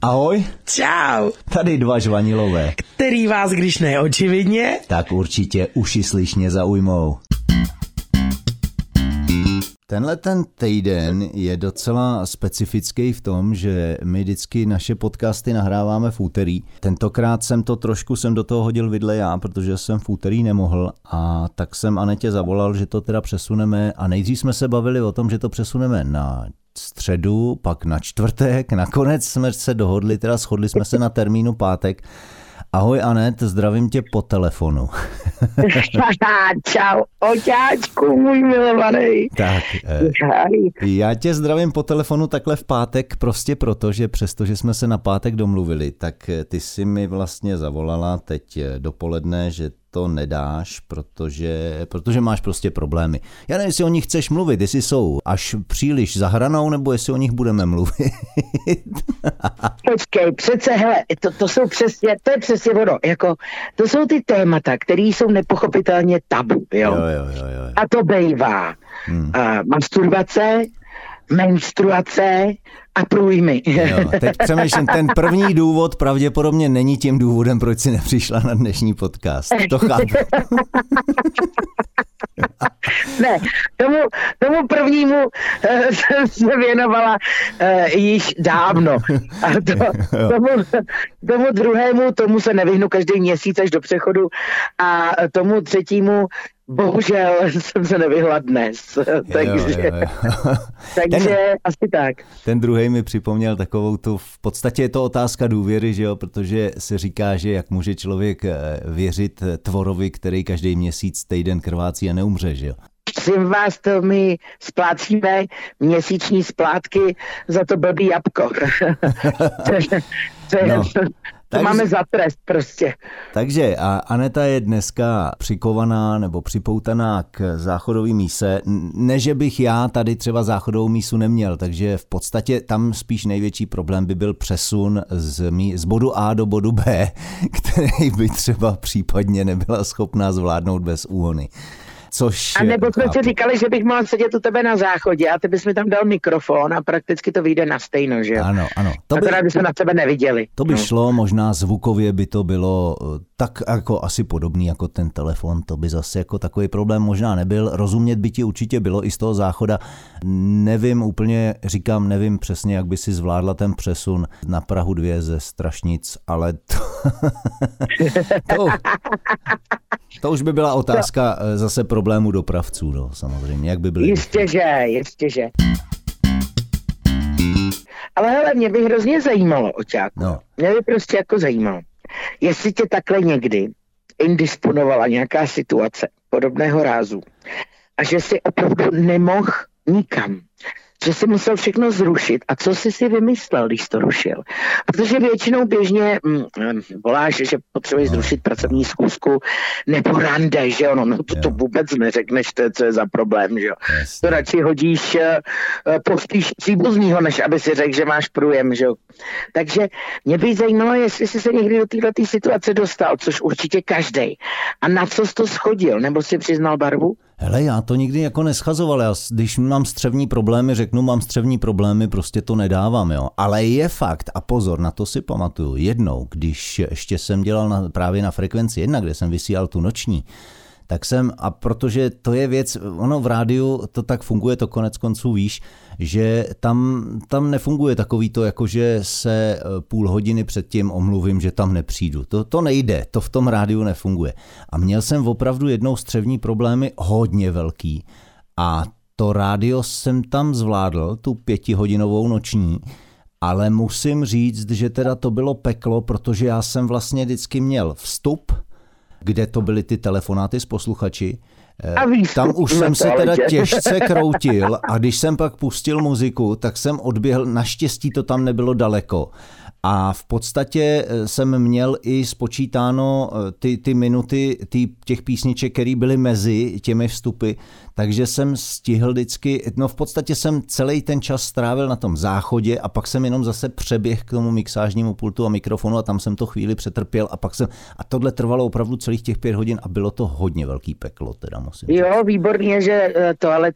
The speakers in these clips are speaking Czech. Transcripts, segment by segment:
Ahoj. Čau. Tady dva žvanilové. Který vás, když ne očividně, tak určitě uši slyšně zaujmou. Tenhle ten týden je docela specifický v tom, že my vždycky naše podcasty nahráváme v úterý. Tentokrát jsem do toho hodil vidle já, protože jsem v úterý nemohl, a tak jsem Anetě zavolal, že to teda přesuneme, a nejdřív jsme se bavili o tom, že to přesuneme na středu, pak na čtvrtek, nakonec jsme se dohodli, teda shodli jsme se na termínu pátek. Ahoj Anet, zdravím tě po telefonu. Čau, oťáčku, můj milovaný. Tak, já tě zdravím po telefonu takhle v pátek, prostě proto, že přestože jsme se na pátek domluvili, tak ty jsi mi vlastně zavolala teď dopoledne, že to nedáš, protože máš prostě problémy. Já nevím, jestli o nich chceš mluvit, jestli jsou až příliš za hranou, nebo jestli o nich budeme mluvit. Počkej, přece, hele, to je přesně ono, jako, to jsou ty témata, které jsou nepochopitelně tabu, jo. A to bejvá masturbace, menstruace a průjmy. Jo, teď přemýšlím, ten první důvod pravděpodobně není tím důvodem, proč si nepřišla na dnešní podcast. To chápu. Ne, tomu prvnímu jsem se věnovala již dávno. A tomu druhému, tomu se nevyhnu každý měsíc až do přechodu, a tomu třetímu bohužel jsem se nevyhla dnes. Takže asi tak. Ten druhej mi připomněl takovou tu, v podstatě je to otázka důvěry, že jo, protože se říká, že jak může člověk věřit tvorovi, který každý měsíc, týden krvácí a neumře, že jo. Prosím vás, to my splácíme měsíční splátky za to blbý jabko. To máme za trest prostě. Takže a Aneta je dneska přikovaná nebo připoutaná k záchodové míse. Ne, že bych já tady třeba záchodovou mísu neměl, takže v podstatě tam spíš největší problém by byl přesun z bodu A do bodu B, který by třeba případně nebyla schopná zvládnout bez úhony. A nebo jsme si říkali, že bych mohl sedět u tebe na záchodě a ty bys mi tam dal mikrofon a prakticky to vyjde na stejno, že jo? Ano. To by jsme na sebe neviděli. To by šlo, možná zvukově by to bylo tak jako asi podobný jako ten telefon, to by zase jako takový problém možná nebyl. Rozumět by ti určitě bylo i z toho záchoda. Nevím přesně, jak by si zvládla ten přesun na Prahu 2 ze Strašnic, ale to už by byla otázka zase problému dopravců, no, samozřejmě, jak by byly. Jistěže. Ale hele, mě by hrozně zajímalo, oťáku. No. Mě by prostě jako zajímalo, jestli tě takhle někdy indisponovala nějaká situace podobného rázu a že jsi opravdu nemohl nikam. Že jsi musel všechno zrušit. A co jsi si vymyslel, když to rušil? Protože většinou běžně voláš, že potřebuješ zrušit pracovní schůzku nebo rande, že ono, no to vůbec neřekneš, co je za problém, že jo. To radši hodíš pospíš příbuznýho, než aby si řekl, že máš průjem, že jo. Takže mě by zajímalo, jestli jsi se někdy do této situace dostal, což určitě každej. A na co jsi to schodil? Nebo jsi přiznal barvu? Hele, já to nikdy jako neschazoval, když mám střevní problémy, řeknu mám střevní problémy, prostě to nedávám, jo. Ale je fakt, a pozor, na to si pamatuju, jednou, když ještě jsem dělal právě na Frekvenci 1, kde jsem vysílal tu noční, tak a protože to je věc, ono v rádiu to tak funguje, to konec konců víš, že tam nefunguje takový to, jakože se půl hodiny předtím omluvím, že tam nepřijdu. To nejde, to v tom rádiu nefunguje. A měl jsem opravdu jednou střevní problémy hodně velký a to rádio jsem tam zvládl, tu 5hodinovou noční, ale musím říct, že teda to bylo peklo, protože já jsem vlastně vždycky měl vstup, kde to byly ty telefonáty s posluchači. Tam už jsem se teda těžce kroutil a když jsem pak pustil muziku, tak jsem odběhl, naštěstí to tam nebylo daleko. A v podstatě jsem měl i spočítáno ty minuty těch písniček, které byly mezi těmi vstupy, takže jsem stihl vždycky, v podstatě jsem celý ten čas strávil na tom záchodě a pak jsem jenom zase přeběh k tomu mixážnímu pultu a mikrofonu a tam jsem to chvíli přetrpěl a tohle trvalo opravdu celých těch 5 hodin a bylo to hodně velký peklo, teda musím říct. Jo, výborně, že toalety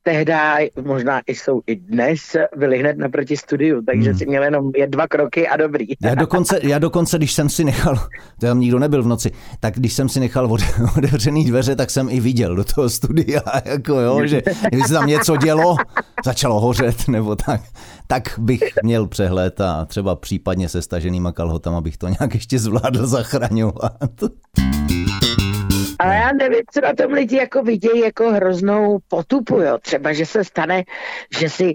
tehda, možná jsou i dnes, byli hned naproti studiu, takže si měl jenom 2 kroky a dobrý. Já dokonce, když jsem si nechal, to tam nikdo nebyl v noci, tak když jsem si nechal otevřený dveře, tak jsem i viděl do toho studia, jako jo, že kdyby se tam něco dělo, začalo hořet, nebo tak bych měl přehled a třeba případně se staženýma kalhotama bych to nějak ještě zvládl zachraňovat. Ale já nevím, co na tom lidi jako vidějí jako hroznou potupu, jo. Třeba, že se stane, že si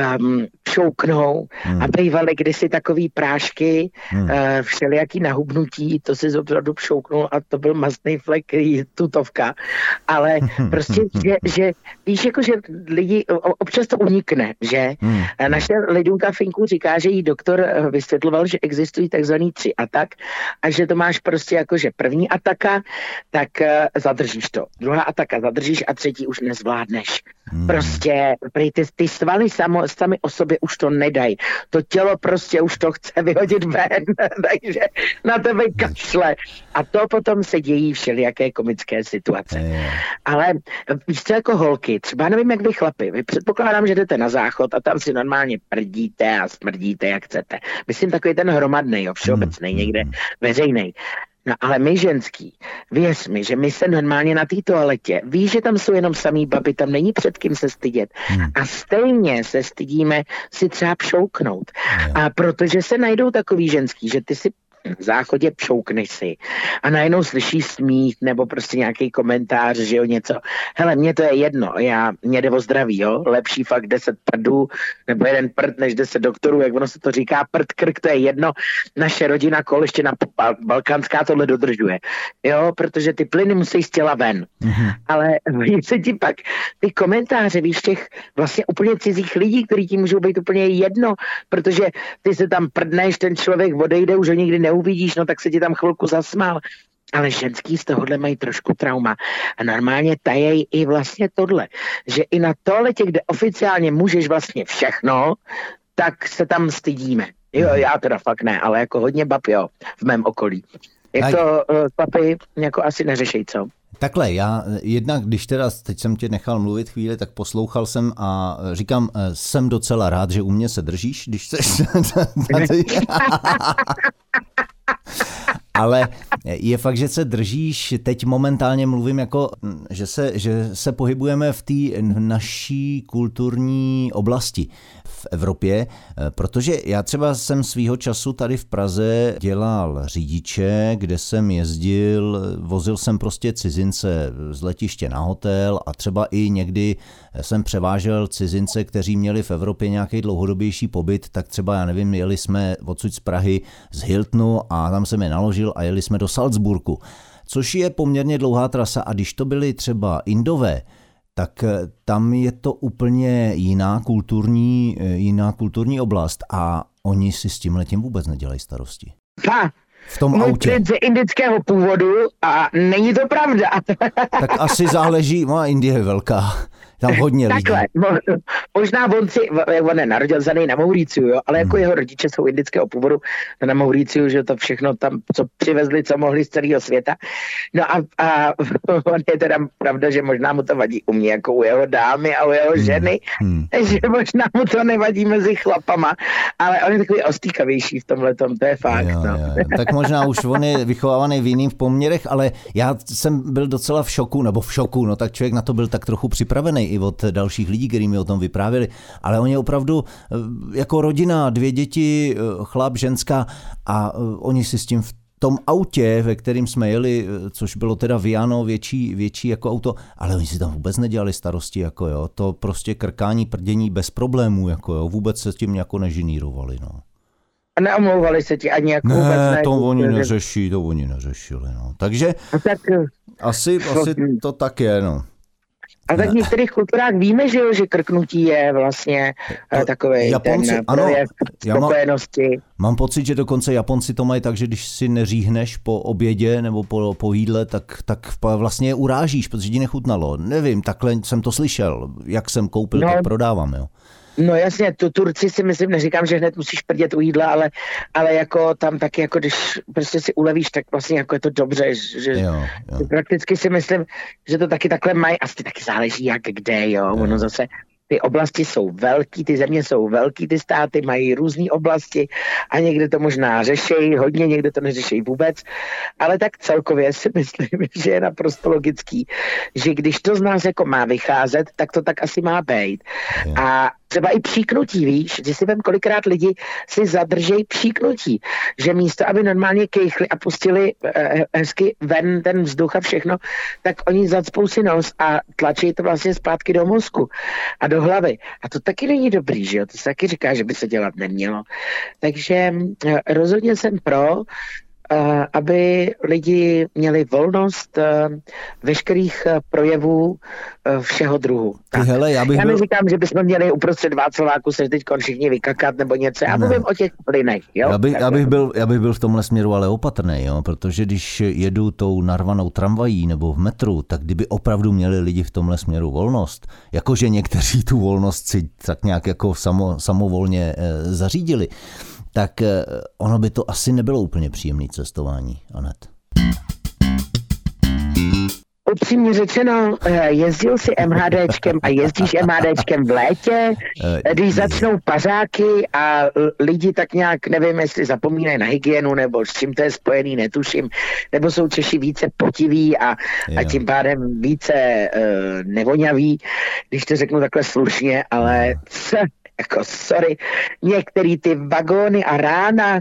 šouknou a bývaly kdysi takový prášky, všelijaký nahubnutí, to si opravdu šouknul a to byl mastný flek, tutovka. Ale prostě, že víš, jako, že lidi, občas to unikne, že? Naše Lidunka Finku říká, že jí doktor vysvětloval, že existují takzvaný 3 atak a že to máš prostě jako, že první ataka, tak zadržíš to. Druhá ataka zadržíš a třetí už nezvládneš. Prostě ty svaly sami o sobě už to nedají. To tělo prostě už to chce vyhodit ven, takže na tebe kašle. A to potom se dějí všelijaké komické situace. Ale víš co, jako holky, třeba nevím, jak vy chlapi, vy předpokládám, že jdete na záchod a tam si normálně prdíte a smrdíte, jak chcete. Myslím takový ten hromadnej, jo, všeobecnej, někde veřejnej. No ale my ženský, věř mi, že my se normálně na té toaletě, víš, že tam jsou jenom samý baby, tam není před kým se stydět. A stejně se stydíme si třeba pšouknout. A protože se najdou takový ženský, že ty si v záchodě pšoukneš si a najednou slyšíš smích nebo prostě nějaký komentář, že jo, něco. Hele, mně to je jedno, mě jde o zdraví, jo, lepší fakt 10 prdů nebo 1 prd než 10 doktorů, jak ono se to říká, prd, krk, to je jedno. Naše rodina ještě na balkánská tohle dodržuje, jo, protože ty plyny musí z těla ven. Ale se ti pak ty komentáře, víš, těch vlastně úplně cizích lidí, kteří ti můžou být úplně jedno, protože ty se tam prdneš, ten člověk odejde, už ho nikdy neuvidíš, no tak se ti tam chvilku zasmál. Ale ženský z tohohle mají trošku trauma. A normálně tajej i vlastně tohle, že i na toaletě, kde oficiálně můžeš vlastně všechno, tak se tam stydíme. Jo, já teda fakt ne, ale jako hodně bab, jo, v mém okolí. Jak to papi jako asi neřešej, co? Takhle, já jednak, když teda teď jsem tě nechal mluvit chvíli, tak poslouchal jsem a říkám, jsem docela rád, že u mě se držíš, když seš tady. Ale je fakt, že se držíš, teď momentálně mluvím jako, že se pohybujeme v té naší kulturní oblasti v Evropě, protože já třeba jsem svýho času tady v Praze dělal řidiče, kde jsem jezdil, vozil jsem prostě cizince z letiště na hotel a třeba i někdy jsem převážel cizince, kteří měli v Evropě nějaký dlouhodobější pobyt, tak třeba, já nevím, jeli jsme odsud z Prahy z Hiltonu a tam jsem je naložil a jeli jsme do Salzburgu, což je poměrně dlouhá trasa a když to byly třeba Indové, tak tam je to úplně jiná kulturní oblast a oni si s tímhletím vůbec nedělají starosti. V tom autě. Můj je indického původu a není to pravda. Tak asi záleží, Indie je velká. Tam hodně lidí. Takhle, možná on je narodil zanej na Mauriciu, jo, ale jako jeho rodiče jsou indického původu na Mauriciu, že to všechno tam, co přivezli, co mohli z celého světa. No a on je teda pravda, že možná mu to vadí u mě, jako u jeho dámy a u jeho ženy, že možná mu to nevadí mezi chlapama, ale on je takový ostýkavější v tomhletom, to je fakt. Jo. Tak možná už on je vychovávaný v jiných poměrech, ale já jsem byl docela v šoku, no tak člověk na to byl tak trochu připravený i od dalších lidí, kteří mi o tom vyprávěli, ale oni opravdu jako rodina, 2 děti, chlap, ženská a oni si s tím v tom autě, ve kterým jsme jeli, což bylo teda Viano, větší jako auto, ale oni si tam vůbec nedělali starosti, jako jo, to prostě krkání, prdění bez problémů, jako jo, vůbec se s tím jako nežinírovali, no. A neomlouvali se ti ani jako vůbec ne? To oni neřešili, no. Takže asi to tak je, no. A tak v některých kulturách víme, že krknutí je vlastně takový ten projev spokojenosti. Mám pocit, že dokonce Japonci to mají tak, že když si neříhneš po obědě nebo po jídle, tak vlastně je urážíš, protože ti nechutnalo. Nevím, takhle jsem to slyšel. Jak jsem koupil, tak prodávám, jo. No jasně, tu Turci si myslím, neříkám, že hned musíš prdět u jídla, ale jako tam taky, jako když prostě si ulevíš, tak vlastně jako je to dobře, že Jo. prakticky si myslím, že to taky takhle mají, asi taky záleží jak kde, jo, ono zase ty oblasti jsou velký, ty země jsou velký, ty státy mají různé oblasti a někde to možná řešejí hodně, někde to neřešejí vůbec, ale tak celkově si myslím, že je naprosto logický, že když to z nás jako má vycházet, tak to tak asi má být. A třeba i příknutí, víš, že si vem, kolikrát lidi si zadržejí příknutí, že místo, aby normálně kejchli a pustili hezky ven ten vzduch a všechno, tak oni zacpou si nos a tlačí to vlastně zpátky do mozku a do hlavy. A to taky není dobrý, že jo? To se taky říká, že by se dělat nemělo. Takže rozhodně jsem pro, aby lidi měli volnost veškerých projevů všeho druhu. Hele, já neříkám, že bychom měli uprostřed Václaváku se teď všichni vykakat nebo něco. Já mluvím o těch plynech. Jo? Já bych byl v tomhle směru ale opatrný, jo? Protože když jedu tou narvanou tramvají nebo v metru, tak kdyby opravdu měli lidi v tomhle směru volnost, jakože někteří tu volnost si tak nějak jako samovolně zařídili, tak ono by to asi nebylo úplně příjemné cestování, Anet. Upřímně řečeno, jezdil si MHDčkem a jezdíš MHDčkem v létě, když začnou pařáky a lidi tak nějak, nevím, jestli zapomínají na hygienu, nebo s čím to je spojený, netuším, nebo jsou Češi více potiví a tím pádem více nevoňaví, když to řeknu takhle slušně, ale jako sorry, některý ty vagóny a rána,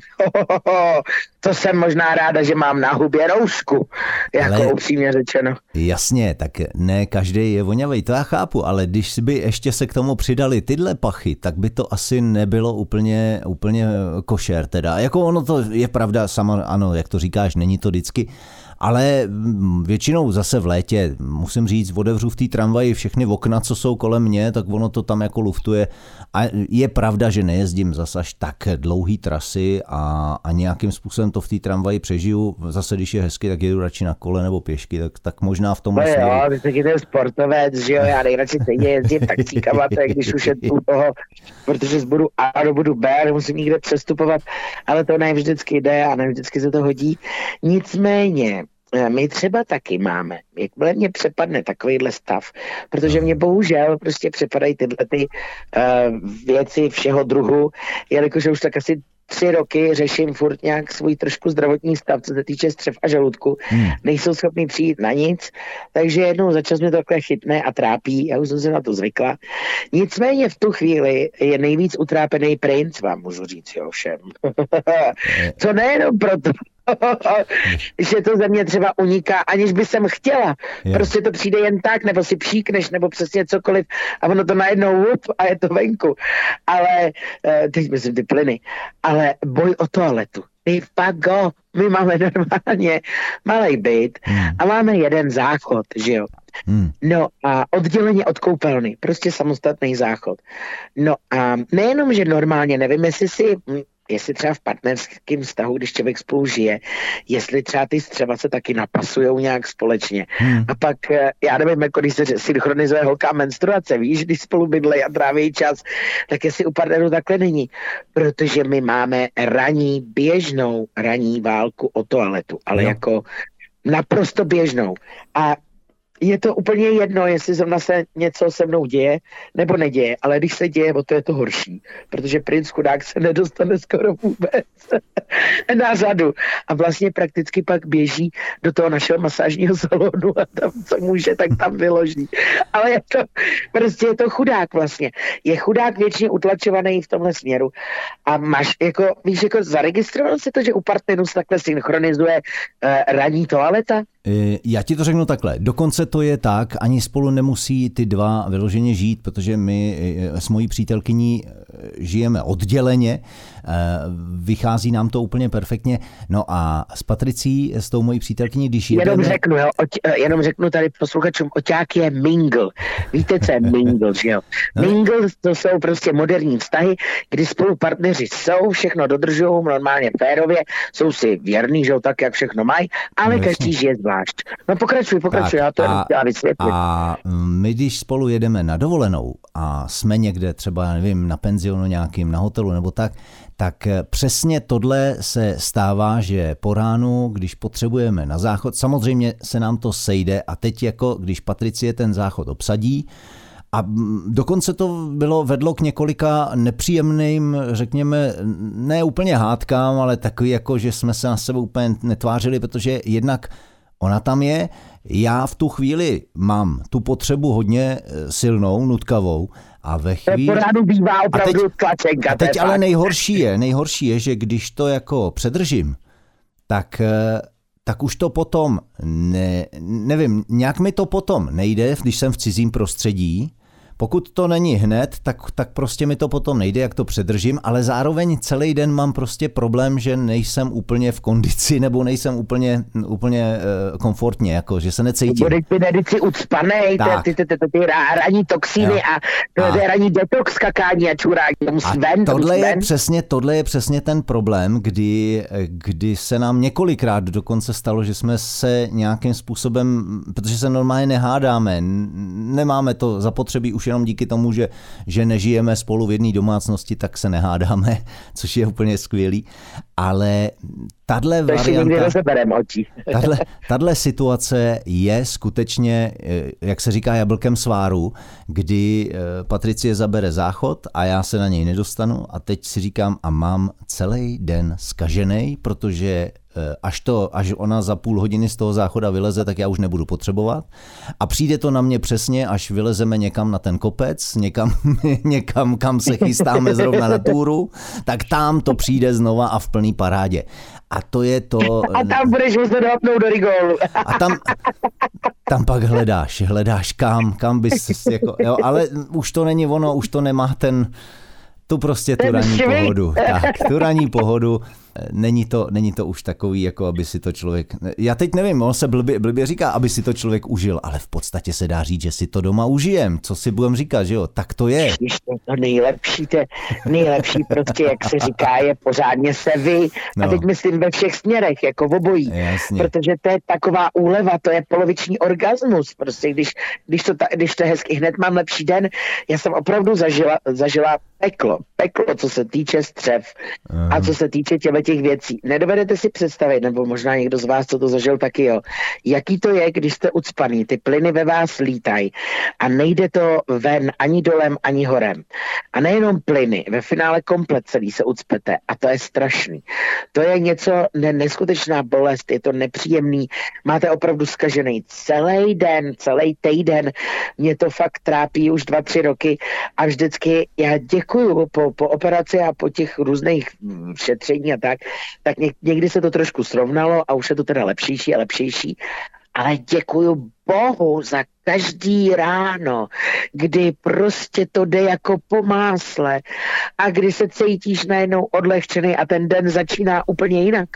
to jsem možná ráda, že mám na hubě roušku, jako ale upřímně řečeno. Jasně, tak ne každý je voňavej, to já chápu, ale když by ještě se k tomu přidali tyhle pachy, tak by to asi nebylo úplně košer teda. Jako ono to je pravda, sama, ano, jak to říkáš, není to vždycky, ale většinou zase v létě, musím říct, otevřu v té tramvaji všechny okna, co jsou kolem mě, tak ono to tam jako luftuje. A je pravda, že nejezdím zase až tak dlouhý trasy a nějakým způsobem to v té tramvaji přežiju. Zase, když je hezky, tak jedu radši na kole nebo pěšky, tak možná v tom směru. Jo, ty jsi ten sportovec, že jo, já nejradši stejně jezdím taxíkama, když už je u toho, protože z bodu A do bodu B nemusím nikde přestupovat, ale to ne vždycky jde a ne vždycky se to hodí. Nicméně, my třeba taky máme, jakmile mě přepadne takovýhle stav, protože mě bohužel prostě přepadají tyhle ty věci všeho druhu, jelikož už tak asi 3 roky řeším furt nějak svůj trošku zdravotní stav, co se týče střev a žaludku. Nejsou schopný přijít na nic, takže jednou za čas mě to takhle chytne a trápí, já už jsem se na to zvykla. Nicméně v tu chvíli je nejvíc utrápený princ, vám můžu říct, jo, všem. To nejenom proto, že to ze mě třeba uniká, aniž by jsem chtěla. Prostě to přijde jen tak, nebo si příkneš, nebo přesně cokoliv a ono to najednou a je to venku. Ale, teď myslím ty plyny, ale boj o toaletu. My máme normálně malej byt a máme jeden záchod, že jo. No a odděleně od koupelny, prostě samostatný záchod. No a nejenom, že normálně, nevím, jestli třeba v partnerském vztahu, když člověk spolu žije, jestli třeba ty střeva se taky napasujou nějak společně. A pak, já nevím, jako když se synchronizuje holka menstruace, víš, když spolu bydlejí a tráví čas, tak jestli u partnerů takhle není. Protože my máme běžnou ranní válku o toaletu, ale jako naprosto běžnou. A je to úplně jedno, jestli zrovna se něco se mnou děje nebo neděje, ale když se děje, o to je to horší, protože princ chudák se nedostane skoro vůbec na řadu a vlastně prakticky pak běží do toho našeho masážního salonu a tam, co může, tak tam vyloží. Ale prostě je to chudák vlastně. Je chudák většině utlačovaný v tomhle směru a máš, víš, zaregistroval si to, že u partnerů se takhle synchronizuje ranní toaleta? Já ti to řeknu takhle. Dokonce to je tak, ani spolu nemusí ty dva vyloženě žít, protože my s mojí přítelkyní žijeme odděleně. vychází nám to úplně perfektně. No a s Patricí, s tou mojí přítelkyní, když jedeme... Jenom řeknu tady posluchačům, oťák je mingle. Víte, co je mingle, že jo? Mingle, to jsou prostě moderní vztahy, kdy spolu partneři jsou, všechno dodržují normálně férově, jsou si věrný, že jo, tak, jak všechno mají, ale každý žije zvlášť. No pokračuj, já to chtěla vysvětlit. A my, když spolu jedeme na dovolenou a jsme někde třeba, nevím, na penzionu nějakým, na hotelu nebo tak přesně tohle se stává, že po ránu, když potřebujeme na záchod, samozřejmě se nám to sejde a teď jako, když Patricie ten záchod obsadí, a dokonce to vedlo k několika nepříjemným, řekněme, ne úplně hádkám, ale takový jako, že jsme se na sebe úplně netvářili, protože jednak ona tam je, já v tu chvíli mám tu potřebu hodně silnou, nutkavou a ve chvíli... Pořádu bývá opravdu tlačenka. A teď ale nejhorší je, že když to jako předržím, tak už to potom, nevím, nějak mi to potom nejde, když jsem v cizím prostředí. Pokud to není hned, tak prostě mi to potom nejde, jak to předržím, ale zároveň celý den mám prostě problém, že nejsem úplně v kondici nebo nejsem úplně komfortně, jako, že se necítím. Budeš si ucpanej, ty ranní toxíny a ranní detox skakání a čurání. Tohle je přesně ten problém, kdy se nám několikrát dokonce stalo, že jsme se nějakým způsobem, protože se normálně nehádáme, nemáme to zapotřebí už jenom díky tomu, že nežijeme spolu v jedné domácnosti, tak se nehádáme, což je úplně skvělý. Ale tahle situace je skutečně, jak se říká, jablkem sváru, kdy Patricie zabere záchod a já se na něj nedostanu a teď si říkám a mám celý den zkaženej, protože až ona za půl hodiny z toho záchoda vyleze, tak já už nebudu potřebovat. A přijde to na mě přesně, až vylezeme někam na ten kopec, někam kam se chystáme zrovna na túru, tak tam to přijde znova a v plný parádě. A to je to... A tam budeš muset dopnout do rigolu. A tam pak hledáš kam bys... Jako, jo, ale už to není ono, už to nemá tu ranní pohodu. Tak, tu ranní pohodu. Není to už takový, jako aby si to člověk... Já teď nevím, on se blbě říká, aby si to člověk užil, ale v podstatě se dá říct, že si to doma užijem. Co si budem říkat, že jo? Tak to je. To nejlepší prostě, jak se říká, je pořádně se vy. A teď myslím ve všech směrech, jako v obojí. Jasně. Protože to je taková úleva, to je poloviční orgasmus. Prostě když to hezky, hned mám lepší den. Já jsem opravdu zažila peklo, co se týče střev a co se týče těch věcí. Nedovedete si představit, nebo možná někdo z vás, co to zažil taky, jo, jaký to je, když jste ucpaný, ty plyny ve vás lítají a nejde to ven ani dolem, ani horem. A nejenom plyny, ve finále komplet celý se ucpete a to je strašný. To je něco, neskutečná bolest, je to nepříjemný, máte opravdu zkažený celý den, celý týden, mě to fakt trápí už 2-3 roky a vždycky já děkuju po operaci a po těch různých šetření a tak někdy se to trošku srovnalo a už je to teda lepšejší a lepšejší, ale děkuju Bohu za každý ráno, kdy prostě to jde jako po másle a kdy se cítíš najednou odlehčený a ten den začíná úplně jinak,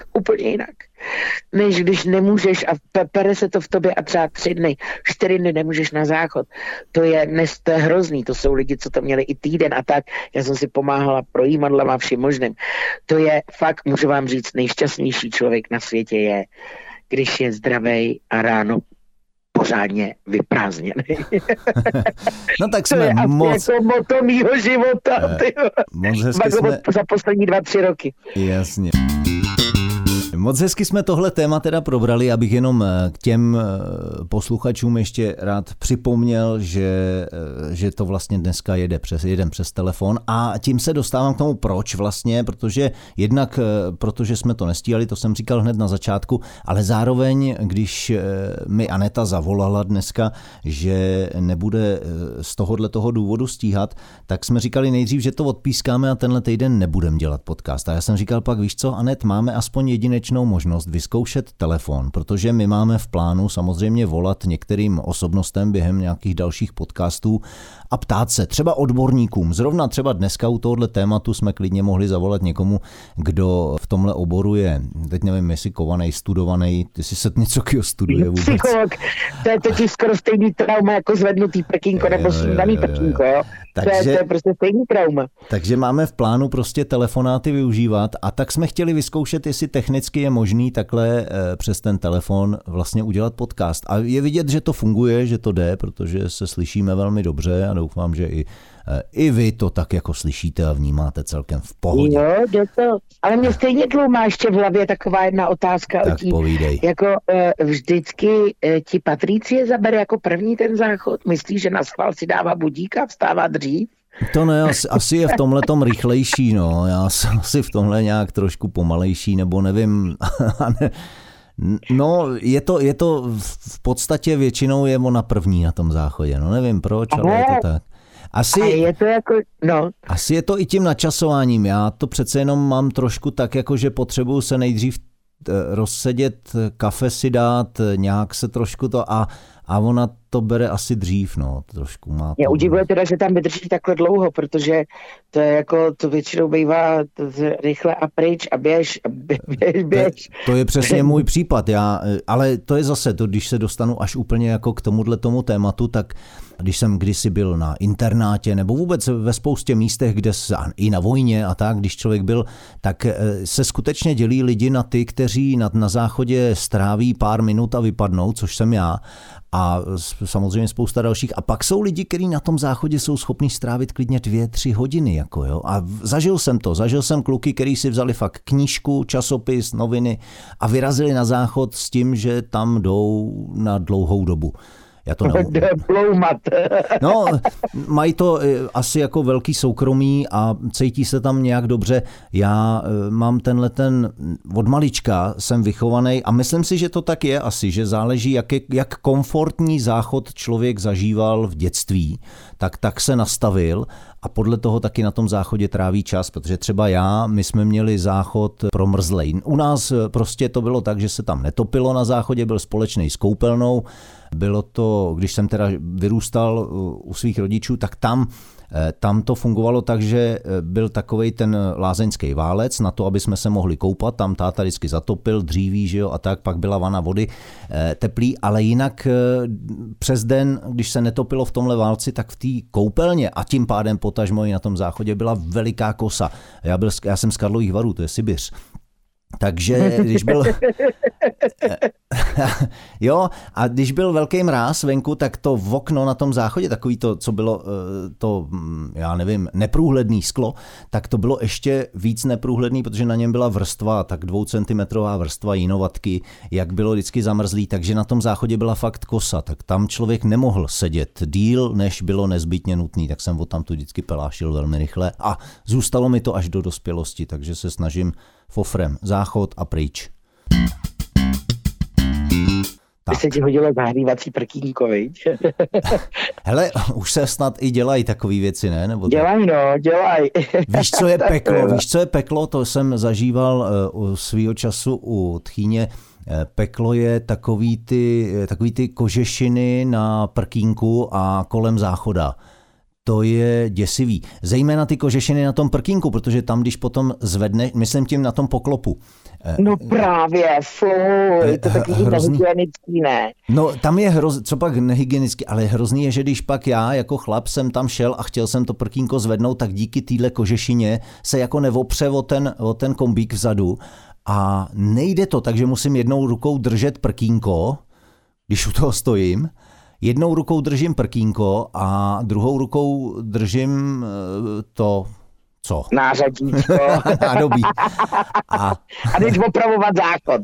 než když nemůžeš a pere se to v tobě a třeba 3 dny, 4 dny nemůžeš na záchod. To je hrozný, to jsou lidi, co to měli i týden a tak. Já jsem si pomáhala projímadlama vším možným. To je fakt, můžu vám říct, nejšťastnější člověk na světě je, když je zdravej a ráno pořádně vyprázdněný. No tak jsme moc... jako moto mýho života. Moc hezky jsme... Za poslední 2-3 roky. Jasně. Moc hezky jsme tohle téma teda probrali, abych jenom k těm posluchačům ještě rád připomněl, že to vlastně dneska jedem přes telefon a tím se dostávám k tomu proč vlastně, protože jsme to nestíhali, to jsem říkal hned na začátku, ale zároveň, když mi Aneta zavolala dneska, že nebude z toho důvodu stíhat, tak jsme říkali nejdřív, že to odpískáme a tenhle týden nebudem dělat podcast. A já jsem říkal pak, víš co, Anet, máme aspoň jedinečný konečnou možnost vyzkoušet telefon, protože my máme v plánu samozřejmě volat některým osobnostem během nějakých dalších podcastů a ptát se třeba odborníkům. Zrovna třeba dneska u tohohle tématu jsme klidně mohli zavolat někomu, kdo v tomhle oboru je, teď nevím, jestli kovaný, studovaný, jestli se něco kýho studuje vůbec. Psycholog, to je totiž skoro stejný trauma jako zvednutý prkínko nebo snídaný prkínko, jo. Takže, to je prostě stejný trauma. Takže máme v plánu prostě telefonáty využívat a tak jsme chtěli vyzkoušet, jestli technicky je možný takhle přes ten telefon vlastně udělat podcast. A je vidět, že to funguje, že to jde, protože se slyšíme velmi dobře a doufám, že i vy to tak jako slyšíte a vnímáte celkem v pohodě. Jo, jde to. Ale mě stejně dloumá ještě v hlavě taková jedna otázka. Tak povídej. Jako vždycky ti Patricie zabere jako první ten záchod? Myslíš, že na schvál si dává budík a vstává dřív? To ne, asi je v tomhletom rychlejší, no. Já jsem asi v tomhle nějak trošku pomalejší, nebo nevím. No, je to v podstatě většinou je ona první na tom záchodě. No nevím proč, ale je to tak. Asi je to i tím načasováním. Já to přece jenom mám trošku tak, jako že potřebuju se nejdřív rozsedět, kafe si dát, nějak se trošku to a ona to bere asi dřív, no, trošku má to. Mě udivuje teda, že tam vydrží takhle dlouho, protože to je jako, to většinou bývá rychle a pryč a běž. To je přesně můj případ, ale to je zase to, když se dostanu až úplně jako k tomu tématu, tak když jsem kdysi byl na internátě nebo vůbec ve spoustě místech, kde i na vojně a tak, když člověk byl, tak se skutečně dělí lidi na ty, kteří na záchodě stráví pár minut a vypadnou, což jsem já. A samozřejmě spousta dalších. A pak jsou lidi, kteří na tom záchodě jsou schopni strávit klidně 2-3 hodiny. Jako jo. A zažil jsem kluky, kteří si vzali fakt knížku, časopis, noviny a vyrazili na záchod s tím, že tam jdou na dlouhou dobu. Já to No, mají to asi jako velký soukromí a cítí se tam nějak dobře. Já mám od malička jsem vychovaný a myslím si, že to tak je asi, že záleží, jak komfortní záchod člověk zažíval v dětství, tak se nastavil a podle toho taky na tom záchodě tráví čas, protože třeba my jsme měli záchod promrzlej. U nás prostě to bylo tak, že se tam netopilo na záchodě, byl společný s koupelnou. Bylo to, když jsem teda vyrůstal u svých rodičů, tak tam to fungovalo tak, že byl takovej ten lázeňský válec na to, aby jsme se mohli koupat. Tam táta vždycky zatopil dříví, že jo, a tak, pak byla vana vody teplý, ale jinak přes den, když se netopilo v tomhle válci, tak v té koupelně a tím pádem potažmo i na tom záchodě byla veliká kosa. Já jsem z Karlových Varů, to je Sibiř. Takže když byl jo, a když byl velký mráz venku, tak to okno na tom záchodě, takový to, co bylo to, já nevím, neprůhledný sklo, tak to bylo ještě víc neprůhledný, protože na něm byla vrstva, tak 2centimetrová vrstva jinovatky, jak bylo vždycky zamrzlý, takže na tom záchodě byla fakt kosa, tak tam člověk nemohl sedět díl, než bylo nezbytně nutný, tak jsem odtamtud vždycky pelášil velmi rychle a zůstalo mi to až do dospělosti, takže se snažím fofrem, záchod a pryč. By se ti hodilo zahřívací prkínko, viď? Hele, už se snad i dělají takový věci, ne? Nebo dělaj. Víš, co je peklo? To jsem zažíval svýho času u tchýně. Peklo je takový ty kožešiny na prkínku a kolem záchoda. To je děsivý. Zejména ty kožešiny na tom prkínku, protože tam, když potom zvedne, myslím tím na tom poklopu. No právě, fuj, to taky nehygienický, ne? No tam je co pak nehygienický, ale hrozný je, že když pak já jako chlap jsem tam šel a chtěl jsem to prkínko zvednout, tak díky téhle kožešině se jako nevopře o ten kombík vzadu a nejde to, takže musím jednou rukou držet prkínko, když u toho stojím. Jednou rukou držím prkínko a druhou rukou držím to, co? Nářadíčko. Nádobí. A jdeš opravovat záchod.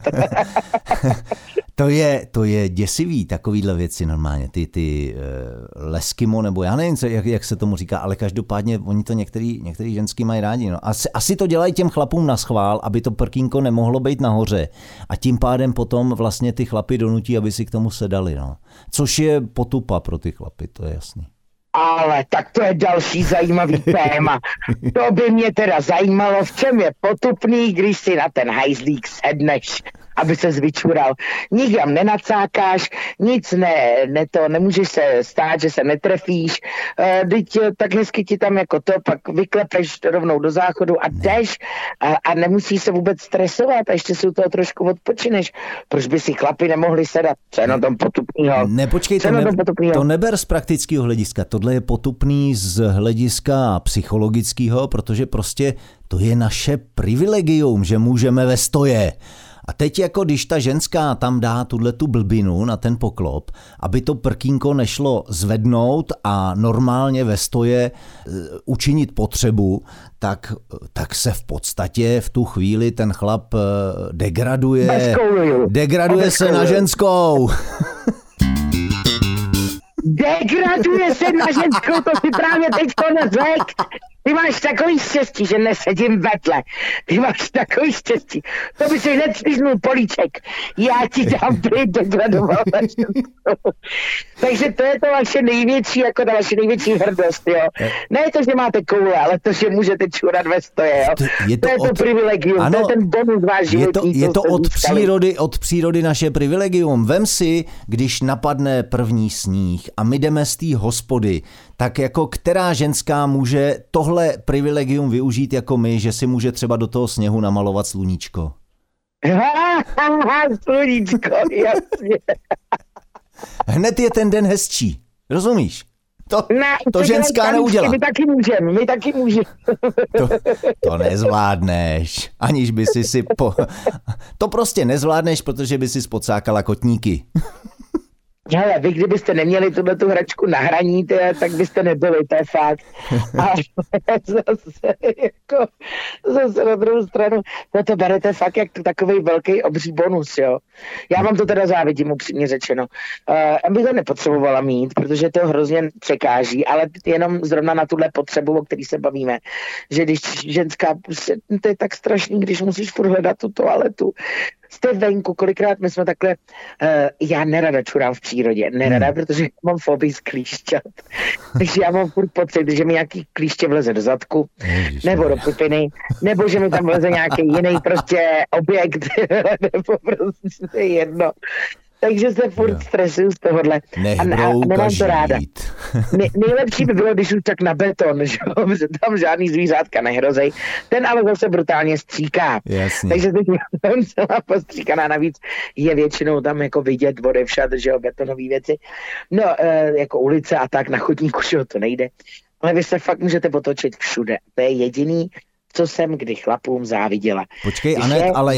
To je děsivý, takovýhle věci normálně, ty leskimo, nebo já nevím, jak se tomu říká, ale každopádně oni to některý ženský mají rádi. No. Asi to dělají těm chlapům na schvál, aby to prkínko nemohlo být nahoře a tím pádem potom vlastně ty chlapy donutí, aby si k tomu sedali. No. Což je potupa pro ty chlapy, to je jasný. Ale tak to je další zajímavý téma. To by mě teda zajímalo, v čem je potupný, když si na ten hajzlík sedneš, aby se vyčural. Nikam nenacákáš, nic nemůžeš se stát, že se netrefíš, tak hezky ti tam jako to, pak vyklepeš rovnou do záchodu a jdeš a nemusíš se vůbec stresovat a ještě si u toho trošku odpočineš. Proč by si chlapi nemohli sedat? Co je na tom potupnýho? Nepočkej, to neber z praktického hlediska, tohle je potupný z hlediska psychologického, protože prostě to je naše privilegium, že můžeme ve stoje. A teď jako když ta ženská tam dá tu blbinu na ten poklop, aby to prkínko nešlo zvednout a normálně ve stoje učinit potřebu, tak se v podstatě v tu chvíli ten chlap degraduje se na ženskou. Degraduje se na ženskou, to si právě teď neřekl. Ty máš takový štěstí, že nesedím vedle. Ty máš takový štěstí. To by si hned sliznul políček. Já ti dám degradoval na ženskou. Takže to je to vaše největší, jako ta vaše největší hrdost, jo. Ne to, že máte koule, ale to, že můžete čurat ve stoje, jo. To je to privilegium, ano, to je ten bonus váš životní. Je to od přírody naše privilegium. Vem si, když napadne první sníh a my jdeme z té hospody, tak jako která ženská může tohle privilegium využít jako my, že si může třeba do toho sněhu namalovat sluníčko? Sluníčko, jasně. Hned je ten den hezčí, rozumíš? To ženská neudělá. My taky můžeme. To nezvládneš, aniž by si To prostě nezvládneš, protože by si spocákala kotníky. Hele, vy kdybyste neměli tu hračku na hraní, tak byste nebyli, to je fakt. A zase na druhou stranu, to berete fakt jak takovej velký obří bonus, jo. Já vám to teda závidím, upřímně řečeno. Bych to nepotřebovala mít, protože to hrozně překáží, ale jenom zrovna na tuhle potřebu, o který se bavíme, že když ženská, to je tak strašný, když musíš furt hledat tu toaletu, jste venku, kolikrát my jsme takhle, já nerada čurám v přírodě, protože mám fobii z klíšťat, takže já mám furt pocit, že mi nějaký klíště vleze do zadku, nebo do pupiny, nebo že mi tam vleze nějaký jiný prostě objekt, nebo prostě jedno. Takže se furt stresuju z tohohle a nemám to ráda. Nejlepší by bylo, když už tak na beton, že tam žádný zvířátka nehrozej. Ten ale zase brutálně stříká. Jasně. Takže teď jsem celá postříkaná, navíc je většinou tam jako vidět odevšad, že jo, betonové věci. No, jako ulice a tak na chodníku, že jo, to nejde. Ale vy se fakt můžete potočit všude. To je jediný, co jsem kdy chlapům záviděla. Počkej, Anet, ale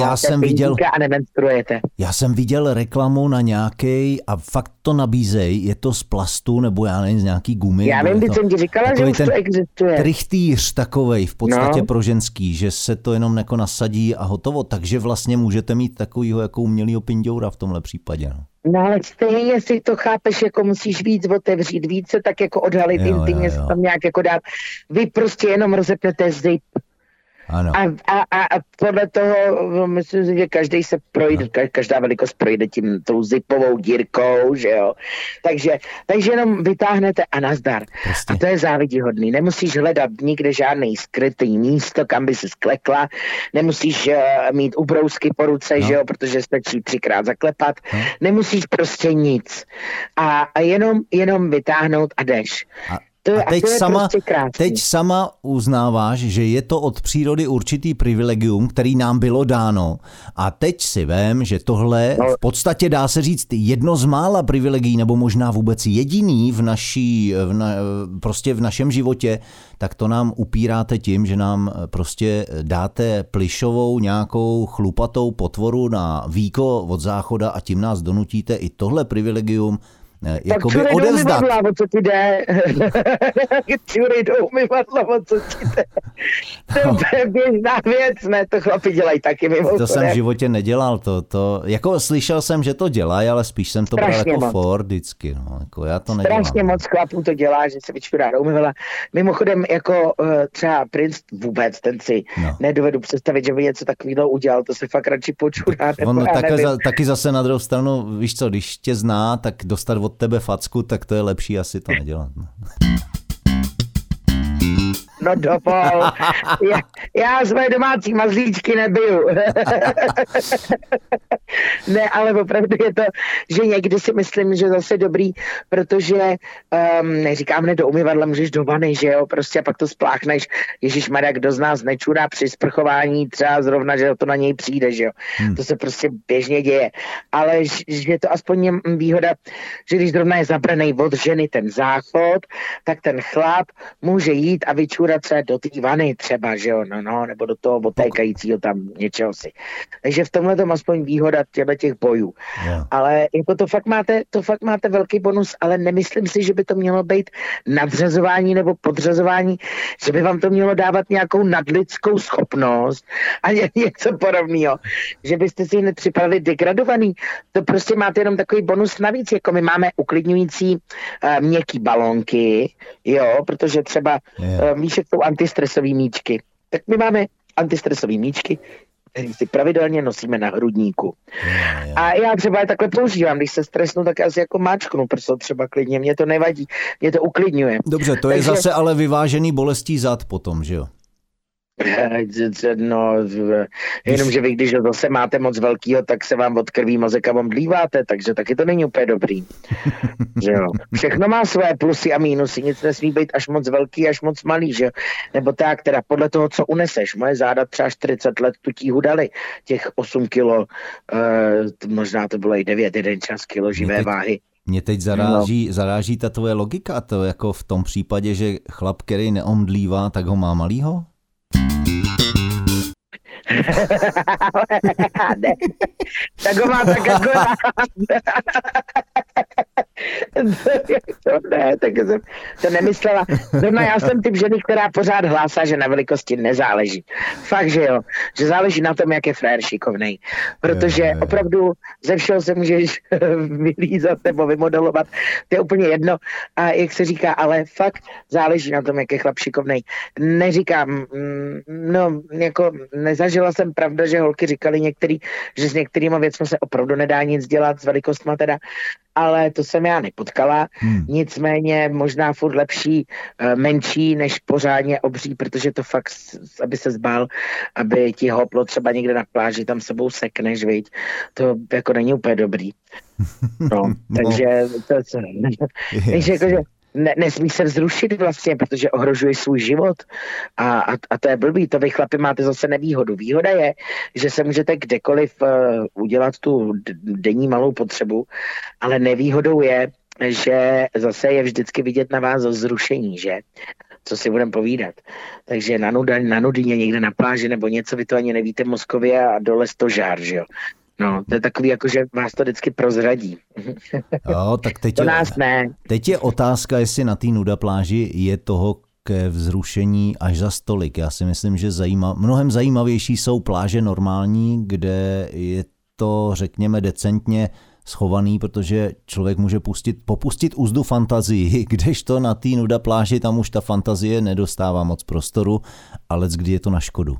já jsem viděl reklamu na nějaký a fakt to nabízej, je to z plastu nebo já nevím, z nějaký gumy. Já vím, když jsem ti říkala, že už to existuje. Trichtýř takovej v podstatě pro ženský, že se to jenom jako nasadí a hotovo, takže vlastně můžete mít takovýho jako umělýho pindoura v tomhle případě. No ale stejně si to chápeš, jako musíš víc otevřít, více tak jako odhalit intimně se tam nějak jako dát. Vy prostě jenom rozepnete zip. Ano. A podle toho, myslím si, že každý se projde, každá velikost projde tou zipovou dírkou, že jo. Takže jenom vytáhnete a nazdar. Prostě. A to je závidihodný. Nemusíš hledat nikde žádný skrytý místo, kam by si sklekla. Nemusíš mít ubrousky po ruce, že jo, protože stačí 3krát zaklepat. Nemusíš prostě nic. A jenom vytáhnout a jdeš. A teď sama uznáváš, že je to od přírody určitý privilegium, který nám bylo dáno. A teď si vem, že tohle v podstatě dá se říct jedno z mála privilegií, nebo možná vůbec jediný prostě v našem životě, tak to nám upíráte tím, že nám prostě dáte plyšovou nějakou chlupatou potvoru na víko od záchoda a tím nás donutíte i tohle privilegium jakoby odevzdat. Tak o co ti jde? Čury jdou umyvadlo, o co ti jde? To je běžná věc, ne? To chlapi dělají taky mimochodem. To jsem v životě nedělal, jako slyšel jsem, že to dělají, ale spíš jsem to bral jako for vždycky, no. Jako já to nedělám. Strašně moc chlapů to dělá, že se vyčurá do umyvadla. Mimochodem, jako třeba princ vůbec, ten si nedovedu představit, že by něco takového udělal, to se fakt radši počurá. Taky zase na druhou stranu, víš co, když tě zná, tak dostat od tebe facku, tak to je lepší asi to nedělat. No dopol, já své domácí mazlíčky nebiju. Ne, ale opravdu je to, že někdy si myslím, že zase dobrý, protože neříkám, ne do umyvadla, můžeš do vany, že jo, prostě a pak to spláchneš. Ježišmarja, kdo z nás nečurá při sprchování třeba zrovna, že to na něj přijde, že jo. To se prostě běžně děje. Ale že je to aspoň výhoda, že když zrovna je zabranej od ženy ten záchod, tak ten chlap může jít a vyčurat třeba do té vany třeba, že jo, no, nebo do toho otékajícího tam něčeho si. Takže v tomhle tom aspoň výhoda těch bojů. Yeah. Ale jako to fakt máte velký bonus, ale nemyslím si, že by to mělo být nadřazování nebo podřazování, že by vám to mělo dávat nějakou nadlidskou schopnost a něco podobného. Že byste si hned připadali degradovaný. To prostě máte jenom takový bonus navíc, jako my máme uklidňující měkký balónky, jo, protože třeba víš, jak jsou antistresové míčky. Tak my máme antistresové míčky, který si pravidelně nosíme na hrudníku. A já třeba je takhle používám, když se stresnu, tak asi jako máčknu prso třeba klidně, mě to nevadí, mě to uklidňuje. Dobře, to je zase ale vyvážený bolestí zad potom, že jo? No, jenomže vy, když zase máte moc velkýho, tak se vám odkrví mozek a omdlíváte, takže taky to není úplně dobrý. Že jo? Všechno má své plusy a mínusy, nic nesmí být až moc velký, až moc malý, že jo? Nebo tak, teda podle toho, co uneseš. Moje záda třeba 40 let tu tíhu dali, těch 8 kilo, možná to bylo i 9, jeden čas kilo živé váhy. Mě teď zaráží ta tvoje logika, to jako v tom případě, že chlap, který neomdlívá, tak ho má malýho? Ne, tak ho má tak jako ne, tak jsem to nemyslela. Zrovna já jsem typ ženy, která pořád hlásá, že na velikosti nezáleží. Fakt, že jo. Že záleží na tom, jak je frér šikovnej. Protože opravdu ze všeho se můžeš vylízat nebo vymodelovat. To je úplně jedno. A jak se říká, ale fakt záleží na tom, jak je chlap šikovnej. Neříkám, no, jako nezažila jsem, pravda, že holky říkali některý, že s některýma věcmi se opravdu nedá nic dělat, s velikostma teda, ale to jsem já nepotkala. Nicméně možná furt lepší, menší, než pořádně obří, protože to fakt, aby se zbál, aby ti hoplo třeba někde na pláži, tam sebou sekneš, viď? To jako není úplně dobrý. No, takže takže jakože nesmí se vzrušit vlastně, protože ohrožuješ svůj život a to je blbý, to vy chlapi máte zase nevýhodu. Výhoda je, že se můžete kdekoliv udělat tu denní malou potřebu, ale nevýhodou je, že zase je vždycky vidět na vás zrušení, že? Co si budeme povídat. Takže na nudině někde na pláži nebo něco, vy to ani nevíte mozkově a dole stožár, že jo? No, to je takový, jako že vás to vždycky prozradí. Jo, tak teď, to nás ne. Teď je otázka, jestli na té nuda pláži je toho ke vzrušení až za stolik. Já si myslím, že mnohem zajímavější jsou pláže normální, kde je to, řekněme, decentně schovaný, protože člověk může popustit úzdu fantazii, kdežto na té nuda pláži tam už ta fantazie nedostává moc prostoru, ale kdy je to na škodu.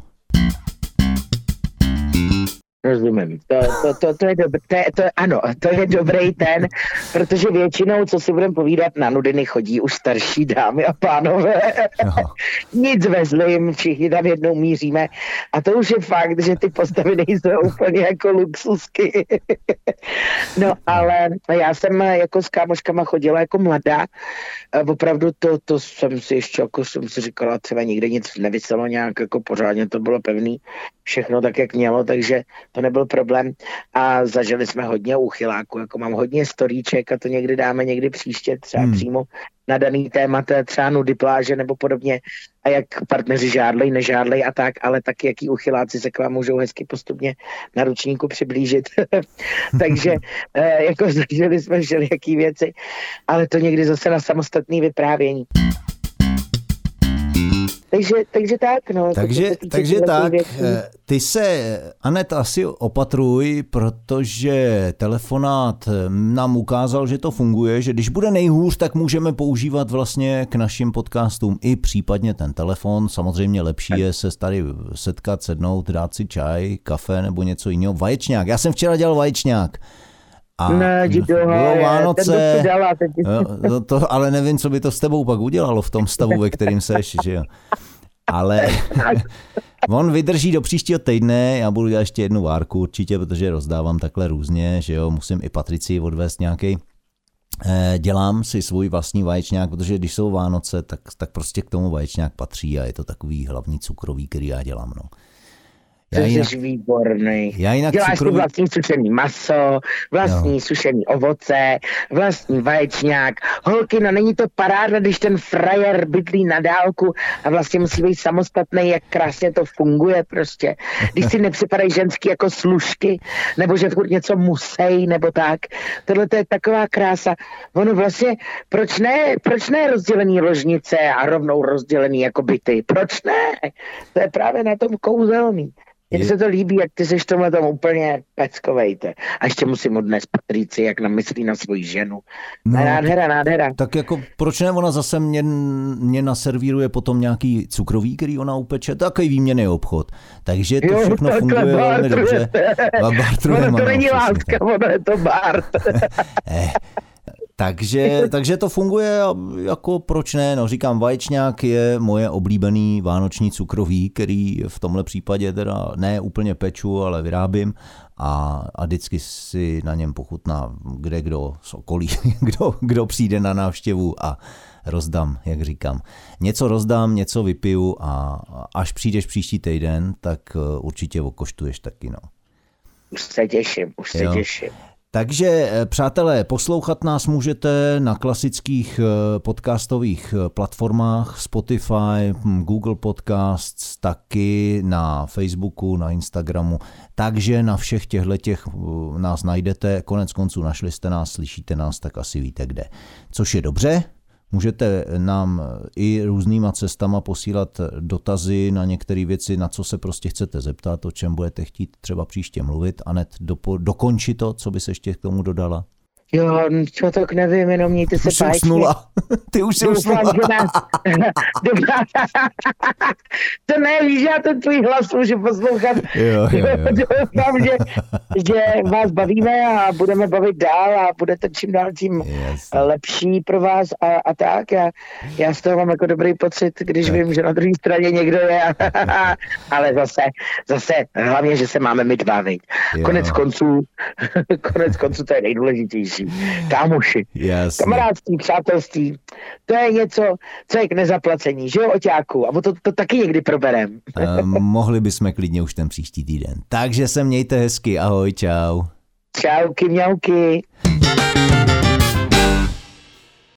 Rozumím. To je dobrý, ano, to je dobrý ten, protože většinou, co si budeme povídat, na nudiny chodí už starší dámy a pánové. Nic ve zlým, všichni tam jednou míříme. A to už je fakt, že ty postavy nejsou úplně jako luxusky. No, ale já jsem jako s kámoškama chodila jako mladá. Opravdu to jsem si ještě, jako jsem si říkala, třeba nikde nic nevyselo nějak, jako pořádně to bylo pevný. Všechno tak, jak mělo, takže to nebyl problém a zažili jsme hodně úchyláků, jako mám hodně storíček a to někdy dáme někdy příště, třeba přímo na daný témat, třeba nudy pláže nebo podobně a jak partneři žádlej, nežádlej a tak, ale taky jaký uchyláci se k vám můžou hezky postupně na ručníku přiblížit. Takže jako zažili jsme všelijaký věci, ale to někdy zase na samostatný vyprávění. Takže tak, no. Takže tak, ty se, Anet, asi opatruj, protože telefonát nám ukázal, že to funguje, že když bude nejhůř, tak můžeme používat vlastně k našim podcastům i případně ten telefon. Samozřejmě lepší je se tady setkat, sednout, dát si čaj, kafe nebo něco jiného. Vaječňák, já jsem včera dělal vaječňák. A budou Vánoce, ale nevím, co by to s tebou pak udělalo v tom stavu, ve kterým seš, že jo. Ale on vydrží do příštího týdne, já budu dělat ještě jednu várku určitě, protože rozdávám takhle různě, že jo, musím i Patricii odvést nějaký. Dělám si svůj vlastní vaječňák, protože když jsou Vánoce, tak prostě k tomu vaječňák patří a je to takový hlavní cukrový, který já dělám, no. Jsi výborný. Děláš si vlastní sušený maso, vlastní sušený ovoce, vlastní vaječňák. Holky, no není to paráda, když ten frajer bydlí na dálku a vlastně musí být samostatný, jak krásně to funguje prostě. Když si nepřipadají ženský jako služky, nebo že furt něco musí, nebo tak. Tohle to je taková krása. Ono vlastně, proč ne rozdělený ložnice a rovnou rozdělený jako byty? Proč ne? To je právě na tom kouzelný. Mně se to líbí, jak ty seš tomhle tomu úplně peckovejte. A ještě musím odnést Patrici, jak namyslí na svoji ženu. No, nádhera. Tak jako proč ne, ona zase mě naservíruje potom nějaký cukroví, který ona upeče, takový výměnný obchod. Takže to všechno funguje velmi dobře. Ono to není láska, ono je to bart. Takže to funguje jako proč ne, no říkám, vaječňák je moje oblíbený vánoční cukroví, který v tomhle případě teda ne úplně peču, ale vyrábím a vždycky si na něm pochutná kdo z okolí, kdo přijde na návštěvu a rozdám, jak říkám. Něco rozdám, něco vypiju a až přijdeš příští týden, tak určitě okoštuješ taky, no. Už se těším. Takže, přátelé, poslouchat nás můžete na klasických podcastových platformách Spotify, Google Podcasts, taky na Facebooku, na Instagramu. Takže na všech těchto nás najdete. Konec konců našli jste nás, slyšíte nás, tak asi víte kde. Což je dobře. Můžete nám i různýma cestama posílat dotazy na některé věci, na co se prostě chcete zeptat, o čem budete chtít třeba příště mluvit. Anet, dokonči to, co bys ještě k tomu dodala. Jo, čo tak nevím, jenom mějte se pěkně. Ty už jsi usnula. To nevíš, já ten tvůj hlas můžu poslouchat. Jo. Doufám, že vás bavíme a budeme bavit dál a budete čím dál tím lepší pro vás a tak. Já z toho mám jako dobrý pocit, když vím, že na druhé straně někdo je. Ale zase hlavně, že se máme my dva, viď. Konec konců to je nejdůležitější. Kámoši, kamarádství, přátelství, to je něco, co je k nezaplacení, že jo, oťáku, a to taky někdy proberem. Mohli bychom klidně už ten příští týden. Takže se mějte hezky, ahoj, čau. Čauky, mňauky.